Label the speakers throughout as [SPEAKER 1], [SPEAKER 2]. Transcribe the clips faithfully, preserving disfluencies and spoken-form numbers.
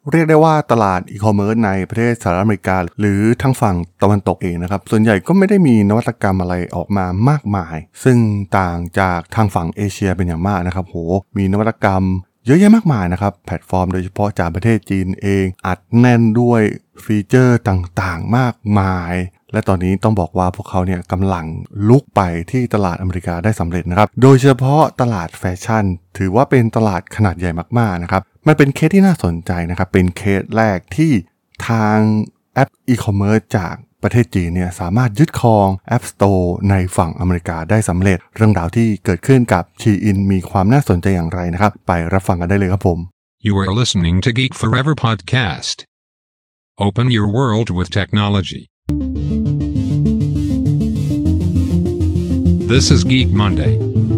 [SPEAKER 1] เรียกได้ว่าตลาดอีคอมเมิร์ซในประเทศสหรัฐอเมริกาหรือทั้งฝั่งตะวันตกเองนะครับส่วนใหญ่ก็ไม่ได้มีนวัตกรรมอะไรออกมามากมายซึ่งต่างจากทางฝั่งเอเชียเป็นอย่างมากนะครับโหมีนวัตกรรมเยอะแยะมากมายนะครับแพลตฟอร์มโดยเฉพาะจากประเทศจีนเองอัดแน่นด้วยฟีเจอร์ต่างๆมากมายและตอนนี้ต้องบอกว่าพวกเขาเนี่ยกำลังลุกไปที่ตลาดอเมริกาได้สำเร็จนะครับโดยเฉพาะตลาดแฟชั่นถือว่าเป็นตลาดขนาดใหญ่มากๆนะครับมันเป็นเคสที่น่าสนใจนะครับเป็นเคสแรกที่ทางแอปอีคอมเมิร์ซจากประเทศจีนเนี่ยสามารถยึดครอง App Store ในฝั่งอเมริกาได้สำเร็จเรื่องราวที่เกิดขึ้นกับ Shein มีความน่าสนใจอย่างไรนะครับไปรับฟังกันได้เลยครับผม
[SPEAKER 2] You are listening to Geek Forever podcast. Open your world with technology. This is Geek Monday.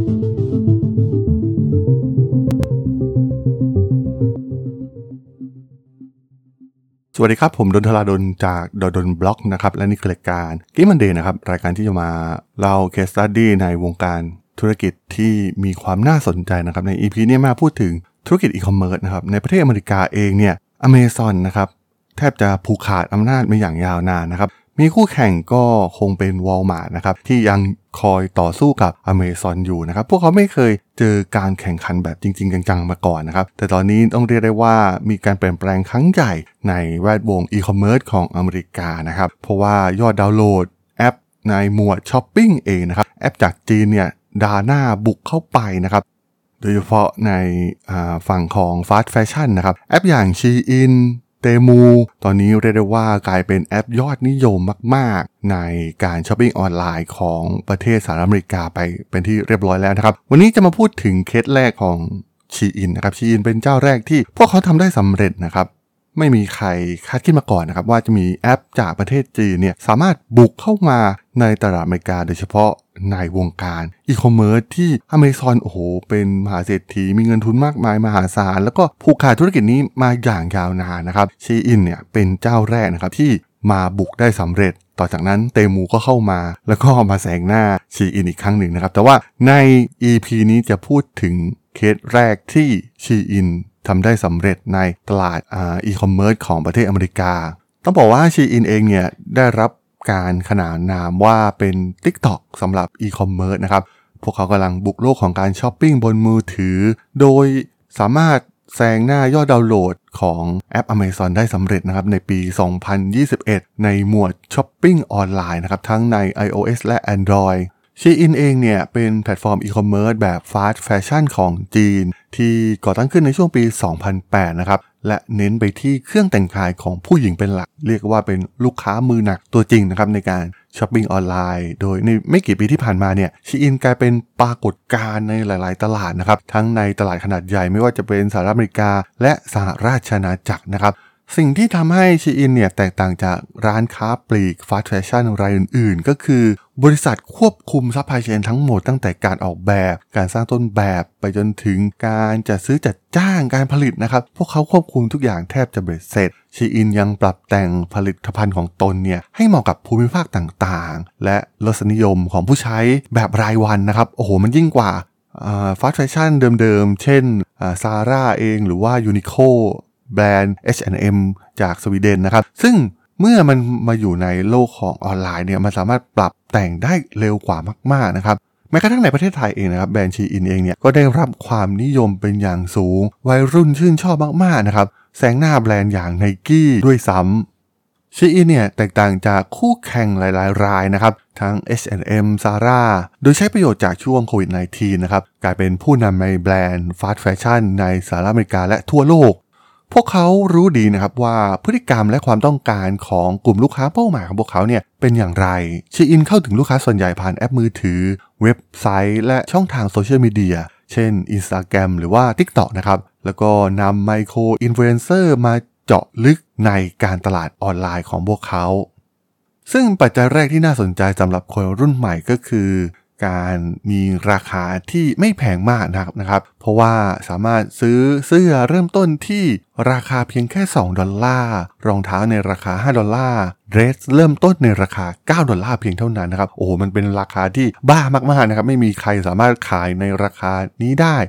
[SPEAKER 1] สวัสดีครับผมดนทราดลจากดนบล็อกนะครับและนี่คือรายการ Geek Monday นะครับรายการที่จะมาเล่า case study ในวงการธุรกิจที่มีความน่าสนใจนะครับใน อี พี นี้มาพูดถึงธุรกิจอีคอมเมิร์ซนะครับในประเทศอเมริกาเองเนี่ย Amazon นะครับแทบจะผูกขาดอำนาจมาอย่างยาวนานนะครับมีคู่แข่งก็คงเป็น Walmart นะครับที่ยังคอยต่อสู้กับ Amazon อยู่นะครับพวกเขาไม่เคยเจอการแข่งขันแบบจริงๆจังๆมาก่อนนะครับแต่ตอนนี้ต้องเรียกได้ว่ามีการเปลี่ยนแปลงครั้งใหญ่ในแวดวงอีคอมเมิร์ซของอเมริกานะครับเพราะว่ายอดดาวน์โหลดแอปในหมวดช้อปปิ้งเองนะครับแอปจากจีนเนี่ยดาหน้าบุกเข้าไปนะครับโดยเฉพาะในฝั่งของฟาสต์แฟชั่นนะครับแอปอย่าง Sheinเตมูตอนนี้เรียกได้ว่ากลายเป็นแอปยอดนิยมมากๆในการช้อปปิ้งออนไลน์ของประเทศสหรัฐอเมริกาไปเป็นที่เรียบร้อยแล้วนะครับวันนี้จะมาพูดถึงเคสแรกของ Shein นะครับ Shein เป็นเจ้าแรกที่พวกเขาทำได้สำเร็จนะครับไม่มีใครคาดคิดมาก่อนนะครับว่าจะมีแอปจากประเทศจีนเนี่ยสามารถบุกเข้ามาในตลาดอเมริกาโดยเฉพาะในวงการอีคอมเมิร์ซที่ Amazon โอ้โหเป็นมหาเศรษฐีมีเงินทุนมากมายมหาศาลแล้วก็ผูกขาดธุรกิจนี้มาอย่างยาวนานนะครับ Shein เนี่ยเป็นเจ้าแรกนะครับที่มาบุกได้สำเร็จต่อจากนั้นเตมูก็เข้ามาแล้วก็มาแซงหน้า Shein อีกครั้งหนึ่งนะครับแต่ว่าใน อี พี นี้จะพูดถึงเคสแรกที่ Sheinทำได้สำเร็จในตลาดอีคอมเมิร์ซของประเทศอเมริกาต้องบอกว่า Shein เองเนี่ยได้รับการขนานนามว่าเป็น TikTok สำหรับอีคอมเมิร์ซนะครับพวกเขากำลังบุกโลกของการช้อปปิ้งบนมือถือโดยสามารถแซงหน้ายอดดาวน์โหลดของแอป Amazon ได้สำเร็จนะครับในปี สองพันยี่สิบเอ็ด ในหมวดช้อปปิ้งออนไลน์นะครับทั้งใน iOS และ Android Shein เองเนี่ยเป็นแพลตฟอร์มอีคอมเมิร์ซแบบฟาสต์แฟชั่นของจีนที่ก่อตั้งขึ้นในช่วงปี สองพันแปด นะครับและเน้นไปที่เครื่องแต่งกายของผู้หญิงเป็นหลักเรียกว่าเป็นลูกค้ามือหนักตัวจริงนะครับในการช้อปปิ้งออนไลน์โดยในไม่กี่ปีที่ผ่านมาเนี่ย Shein กลายเป็นปรากฏการณ์ในหลายๆตลาดนะครับทั้งในตลาดขนาดใหญ่ไม่ว่าจะเป็นสหรัฐอเมริกาและสหราชอาณาจักรนะครับสิ่งที่ทำให้ Shein เนี่ยแตกต่างจากร้านค้าปลีกฟาสต์แฟชั่นรายอื่นๆก็คือบริษัทควบคุมซัพพลายเชนทั้งหมดตั้งแต่การออกแบบการสร้างต้นแบบไปจนถึงการจัดซื้อจัดจ้างการผลิตนะครับพวกเขาควบคุมทุกอย่างแทบจะเบ็ดเสร็จ Shein ยังปรับแต่งผลิตภัณฑ์ของตนเนี่ยให้เหมาะกับภูมิภาคต่างๆและรสนิยมของผู้ใช้แบบรายวันนะครับโอ้โหมันยิ่งกว่าฟาสต์แฟชั่นเดิมๆเช่นซาร่าเองหรือว่ายูนิโคแบรนด์ เอช แอนด์ เอ็ม จากสวีเดนนะครับซึ่งเมื่อมันมาอยู่ในโลกของออนไลน์เนี่ยมันสามารถปรับแต่งได้เร็วกว่ามากๆนะครับแม้กระทั่งในประเทศไทยเองนะครับแบรนด์ Shein เองเนี่ยก็ได้รับความนิยมเป็นอย่างสูงวัยรุ่นชื่นชอบมากๆนะครับแซงหน้าแบรนด์อย่าง Nike ด้วยซ้ำ Shein เนี่ยแตกต่างจากคู่แข่งหลายๆรายนะครับทั้ง เอช แอนด์ เอ็ม Zara โดยใช้ประโยชน์จากช่วงโควิด สิบเก้า นะครับกลายเป็นผู้นำในแบรนด์ฟาสต์แฟชั่นในสหรัฐอเมริกาและทั่วโลกพวกเขารู้ดีนะครับว่าพฤติกรรมและความต้องการของกลุ่มลูกค้าเป้าหมายของพวกเขาเนี่ยเป็นอย่างไร Shein เข้าถึงลูกค้าส่วนใหญ่ผ่านแอปมือถือเว็บไซต์และช่องทางโซเชียลมีเดียเช่น Instagram หรือว่า TikTok นะครับแล้วก็นำไมโครอินฟลูเอนเซอร์มาเจาะลึกในการตลาดออนไลน์ของพวกเขาซึ่งปัจจัยแรกที่น่าสนใจสำหรับคนรุ่นใหม่ก็คือการมีราคาที่ไม่แพงมากนะครับเพราะว่าสามารถซื้อเสื้อเริ่มต้นที่ราคาเพียงแค่สองดอลลาร์รองเท้าในราคาห้าดอลลาร์เดรสเริ่มต้นในราคาเก้าดอลลาร์เพียงเท่านั้นนะครับโอ้โหมันเป็นราคาที่บ้ามากๆนะครับไม่มีใครสามารถขายในราคานี้ได้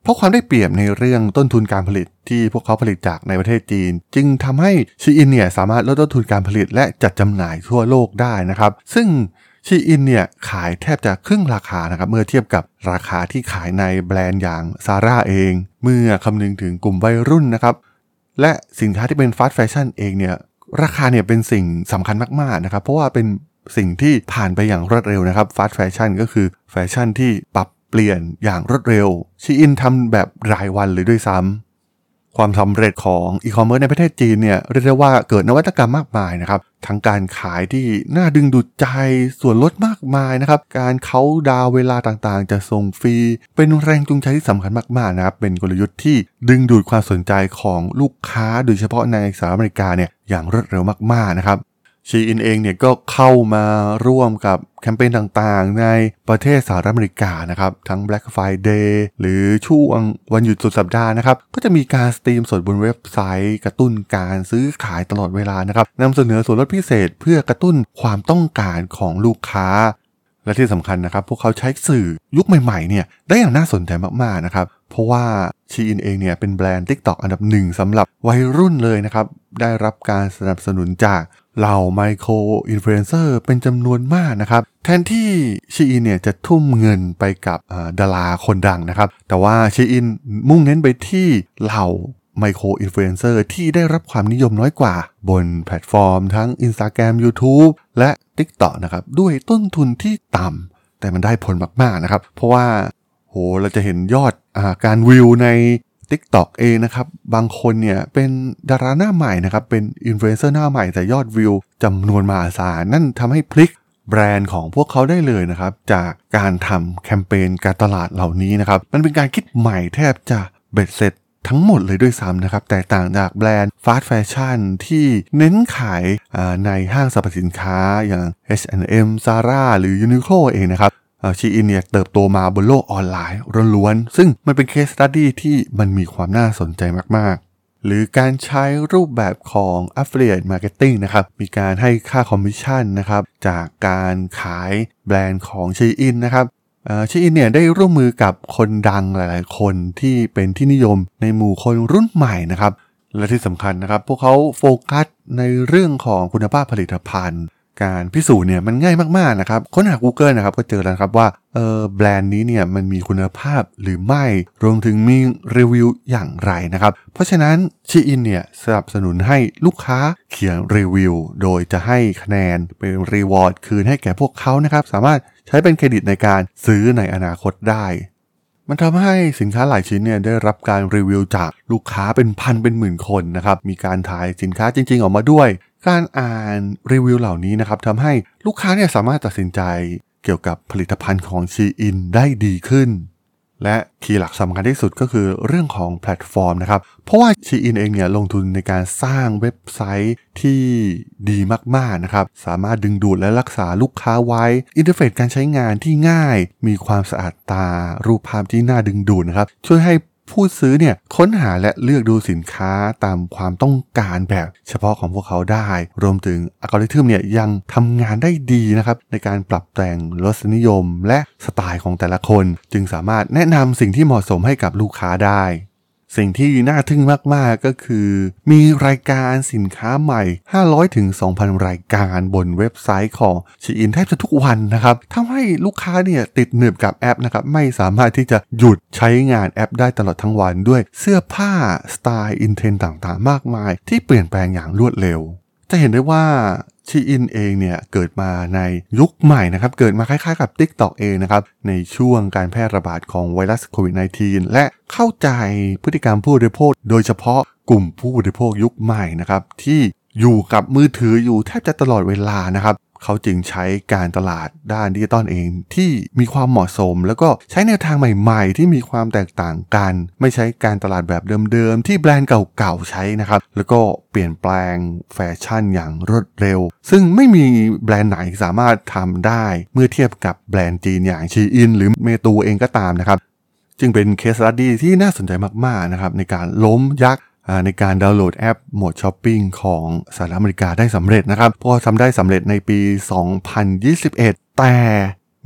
[SPEAKER 1] เพราะความได้เปรียบในเรื่องต้นทุนการผลิตที่พวกเขาผลิตจากในประเทศจีนจึงทำให้ชีอินเนี่ยสามารถลดต้นทุนการผลิตและจัดจำหน่ายทั่วโลกได้นะครับซึ่งชีอินเนี่ยขายแทบจะครึ่งราคานะครับเมื่อเทียบกับราคาที่ขายในแบรนด์อย่างซาร่าเองเมื่อคำนึงถึงกลุ่มวัยรุ่นนะครับและสินค้าที่เป็นฟาสต์แฟชั่นเองเนี่ยราคาเนี่ยเป็นสิ่งสำคัญมากๆนะครับเพราะว่าเป็นสิ่งที่ผ่านไปอย่างรวดเร็วนะครับฟาสต์แฟชั่นก็คือแฟชั่นที่ปรับเปลี่ยนอย่างรวดเร็วชีอินทำแบบรายวันเลยด้วยซ้ำความสำเร็จของอีคอมเมิร์ซในประเทศจีนเนี่ยเรียกได้ว่าเกิดนวัตกรรมมากมายนะครับทั้งการขายที่น่าดึงดูดใจส่วนลดมากมายนะครับการเค้าดาวเวลาต่างๆจะส่งฟรีเป็นแรงจูงใจที่สำคัญมากๆนะครับเป็นกลยุทธ์ที่ดึงดูดความสนใจของลูกค้าโดยเฉพาะในสหรัฐอเมริกาเนี่ยอย่างรวดเร็วมากๆนะครับชีอินเองเนี่ยก็เข้ามาร่วมกับแคมเปญต่างๆในประเทศสหรัฐอเมริกานะครับทั้ง Black Friday หรือช่วงวันหยุดสุดสัปดาห์นะครับก็จะมีการสตรีมสดบนเว็บไซต์กระตุ้นการซื้อขายตลอดเวลานะครับนำเสนอส่วนลดพิเศษเพื่อกระตุ้นความต้องการของลูกค้าและที่สำคัญนะครับพวกเขาใช้สื่อยุคใหม่ๆเนี่ยได้อย่างน่าสนใจมากๆนะครับเพราะว่าชีอินเองเนี่ยเป็นแบรนด์ TikTok อันดับหนึ่งสำหรับวัยรุ่นเลยนะครับได้รับการสนับสนุนจากเหล่าไมโครอินฟลูเอนเซอร์เป็นจำนวนมากนะครับแทนที่ชีอินเนี่ยจะทุ่มเงินไปกับดาราคนดังนะครับแต่ว่าชีอินมุ่งเน้นไปที่เหล่าไมโครอินฟลูเอนเซอร์ที่ได้รับความนิยมน้อยกว่าบนแพลตฟอร์มทั้ง Instagram YouTube และ TikTok นะครับด้วยต้นทุนที่ต่ำแต่มันได้ผลมากๆนะครับเพราะว่าโหเราจะเห็นยอดอาการวิวใน TikTok เองนะครับบางคนเนี่ยเป็นดาราหน้าใหม่นะครับเป็นอินฟลูเอนเซอร์หน้าใหม่แต่ยอดวิวจำนวนมหาศาลนั่นทำให้พลิกแบรนด์ของพวกเขาได้เลยนะครับจากการทำแคมเปญการตลาดเหล่านี้นะครับมันเป็นการคิดใหม่แทบจะเบ็ดเสร็จทั้งหมดเลยด้วยซ้ำนะครับแตกต่างจากแบรนด์ฟาสต์แฟชั่นที่เน้นขายในห้างสรรพสินค้าอย่าง เอช แอนด์ เอ็ม Zara หรือ Uniqlo เองนะครับชีอินเนี่ยเติบโตมาบนโลกออนไลน์ล้วนๆซึ่งมันเป็นเคสสตั๊ดดี้ที่มันมีความน่าสนใจมากๆหรือการใช้รูปแบบของ Affiliate Marketing นะครับมีการให้ค่าคอมมิชชั่นนะครับจากการขายแบรนด์ของชีอินนะครับชีอินเนี่ยได้ร่วมมือกับคนดังหลายๆคนที่เป็นที่นิยมในหมู่คนรุ่นใหม่นะครับและที่สำคัญนะครับพวกเขาโฟกัสในเรื่องของคุณภาพผลิตภัณฑ์การพิสูจน์เนี่ยมันง่ายมากๆนะครับค้นหา Google นะครับก็เจอแล้วครับว่าเออแบรนด์นี้เนี่ยมันมีคุณภาพหรือไม่รวมถึงมีรีวิวอย่างไรนะครับเพราะฉะนั้นชีอินเนี่ยสนับสนุนให้ลูกค้าเขียนรีวิวโดยจะให้คะแนนเป็นรีวอร์ดคืนให้แก่พวกเขานะครับสามารถใช้เป็นเครดิตในการซื้อในอนาคตได้มันทำให้สินค้าหลายชิ้นเนี่ยได้รับการรีวิวจากลูกค้าเป็นพันเป็นหมื่นคนนะครับมีการถ่ายสินค้าจริงๆออกมาด้วยการอ่านรีวิวเหล่านี้นะครับทำให้ลูกค้าเนี่ยสามารถตัดสินใจเกี่ยวกับผลิตภัณฑ์ของชีอินได้ดีขึ้นและคีย์หลักสำคัญที่สุดก็คือเรื่องของแพลตฟอร์มนะครับเพราะว่าชีอินเองเนี่ยลงทุนในการสร้างเว็บไซต์ที่ดีมากๆนะครับสามารถดึงดูดและรักษาลูกค้าไว้อินเทอร์เฟซการใช้งานที่ง่ายมีความสะอาดตารูปภาพที่น่าดึงดูดนะครับช่วยให้ผู้ซื้อเนี่ยค้นหาและเลือกดูสินค้าตามความต้องการแบบเฉพาะของพวกเขาได้รวมถึงอัลกอริทึมเนี่ยยังทำงานได้ดีนะครับในการปรับแต่งรสนิยมและสไตล์ของแต่ละคนจึงสามารถแนะนำสิ่งที่เหมาะสมให้กับลูกค้าได้สิ่งที่น่าทึ่งมากๆก็คือมีรายการสินค้าใหม่ห้าร้อยถึงสองพัน รายการบนเว็บไซต์ของชีอินแทบจะทุกวันนะครับทำให้ลูกค้าเนี่ยติดหนึบกับแอปนะครับไม่สามารถที่จะหยุดใช้งานแอปได้ตลอดทั้งวันด้วยเสื้อผ้าสไตล์อินเทรนด์ต่างๆมากมายที่เปลี่ยนแปลงอย่างรวดเร็วจะเห็นได้ว่าชีอินเองเนี่ยเกิดมาในยุคใหม่นะครับเกิดมาคล้ายๆกับ TikTok เองนะครับในช่วงการแพร่ระบาดของไวรัสโควิด สิบเก้า และเข้าใจพฤติกรรมผู้บริโภคโดยเฉพาะกลุ่มผู้บริโภคยุคใหม่นะครับที่อยู่กับมือถืออยู่แทบจะตลอดเวลานะครับเขาจึงใช้การตลาดด้านดิจิตอลเองที่มีความเหมาะสมแล้วก็ใช้แนวทางใหม่ๆที่มีความแตกต่างกันไม่ใช้การตลาดแบบเดิมๆที่แบรนด์เก่าๆใช้นะครับแล้วก็เปลี่ยนแปลงแฟชั่นอย่างรวดเร็วซึ่งไม่มีแบรนด์ไหนสามารถทำได้เมื่อเทียบกับแบรนด์จีนอย่างชีอินหรือเมตูเองก็ตามนะครับจึงเป็นเคสสตั๊ดดี้ที่น่าสนใจมากๆนะครับในการล้มยักษ์ในการดาวน์โหลดแอปโหมดช้อปปิ้งของสหรัฐอเมริกาได้สำเร็จนะครับเพราะทำได้สำเร็จในปี สองพันยี่สิบเอ็ด แต่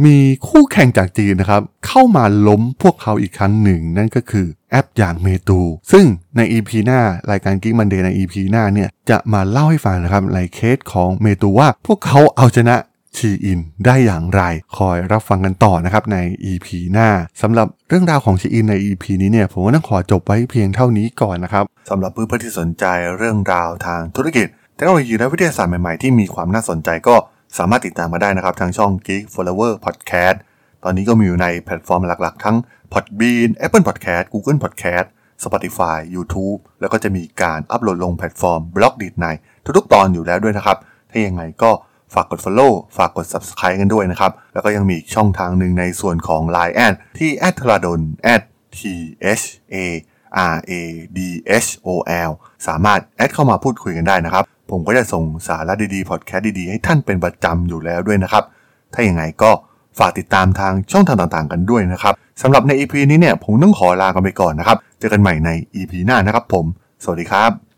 [SPEAKER 1] มีคู่แข่งจากจีนนะครับเข้ามาล้มพวกเขาอีกครั้งหนึ่งนั่นก็คือแอปอย่างเมตูซึ่งใน อี พี หน้ารายการ Geek Monday ใน อี พี หน้าเนี่ยจะมาเล่าให้ฟังนะครับในเคสของเมตูว่าพวกเขาเอาชนะชีอินได้อย่างไรคอยรับฟังกันต่อนะครับใน อี พี หน้าสำหรับเรื่องราวของชีอินใน อี พี นี้เนี่ยผมก็ต้องขอจบไว้เพียงเท่านี้ก่อนนะครับสำหรับเพื่อนๆที่สนใจเรื่องราวทางธุรกิจเทคโนโลยีและวิทยาศาสตร์ใหม่ๆที่มีความน่าสนใจก็สามารถติดตามมาได้นะครับทางช่อง Geek Flower Podcast ตอนนี้ก็มีอยู่ในแพลตฟอร์มหลักๆทั้ง Podbean Apple Podcast Google Podcast Spotify YouTube แล้วก็จะมีการอัปโหลดลงแพลตฟอร์ม Blogdit ในทุกๆตอนอยู่แล้วด้วยนะครับถ้ายังไงก็ฝากกด follow ฝากกด subscribe กันด้วยนะครับแล้วก็ยังมีอีกช่องทางหนึ่งในส่วนของ ไลน์ แอด ที่ แอท ธราดล แอท ที เอช เอ อาร์ เอ ดี เอช โอ แอล สามารถแอดเข้ามาพูดคุยกันได้นะครับผมก็จะส่งสาระดีๆพอดแคสต์ดีๆให้ท่านเป็นประจำอยู่แล้วด้วยนะครับถ้าอย่างไรก็ฝากติดตามทางช่องทางต่างๆกันด้วยนะครับสำหรับใน อี พี นี้เนี่ยผมต้องขอลากันไปก่อนนะครับเจอกันใหม่ใน อี พี หน้านะครับผมสวัสดีครับ